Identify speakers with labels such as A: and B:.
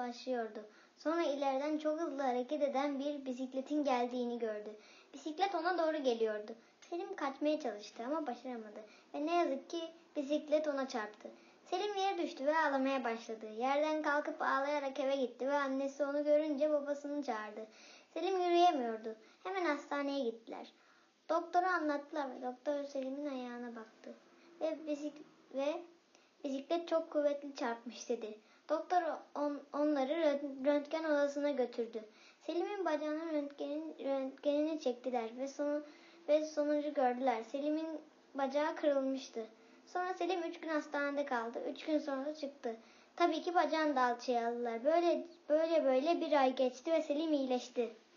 A: dolaşıyordu. Sonra ileriden çok hızlı hareket eden bir bisikletin geldiğini gördü. Bisiklet ona doğru geliyordu. Selim kaçmaya çalıştı ama başaramadı ve ne yazık ki bisiklet ona çarptı. Selim yere düştü ve ağlamaya başladı. Yerden kalkıp ağlayarak eve gitti ve annesi onu görünce babasını çağırdı. Selim yürüyemiyordu. Hemen hastaneye gittiler. Doktora anlattılar ve doktor Selim'in ayağına baktı. Ve bisiklet çok kuvvetli çarpmış dedi. Doktor onları röntgen odasına götürdü. Selim'in bacağının röntgenini çektiler ve sonucu gördüler. Selim'in bacağı kırılmıştı. Sonra Selim 3 gün hastanede kaldı. 3 gün sonra çıktı. Tabii ki bacağını da alçıya aldılar. Böyle bir ay geçti ve Selim iyileşti.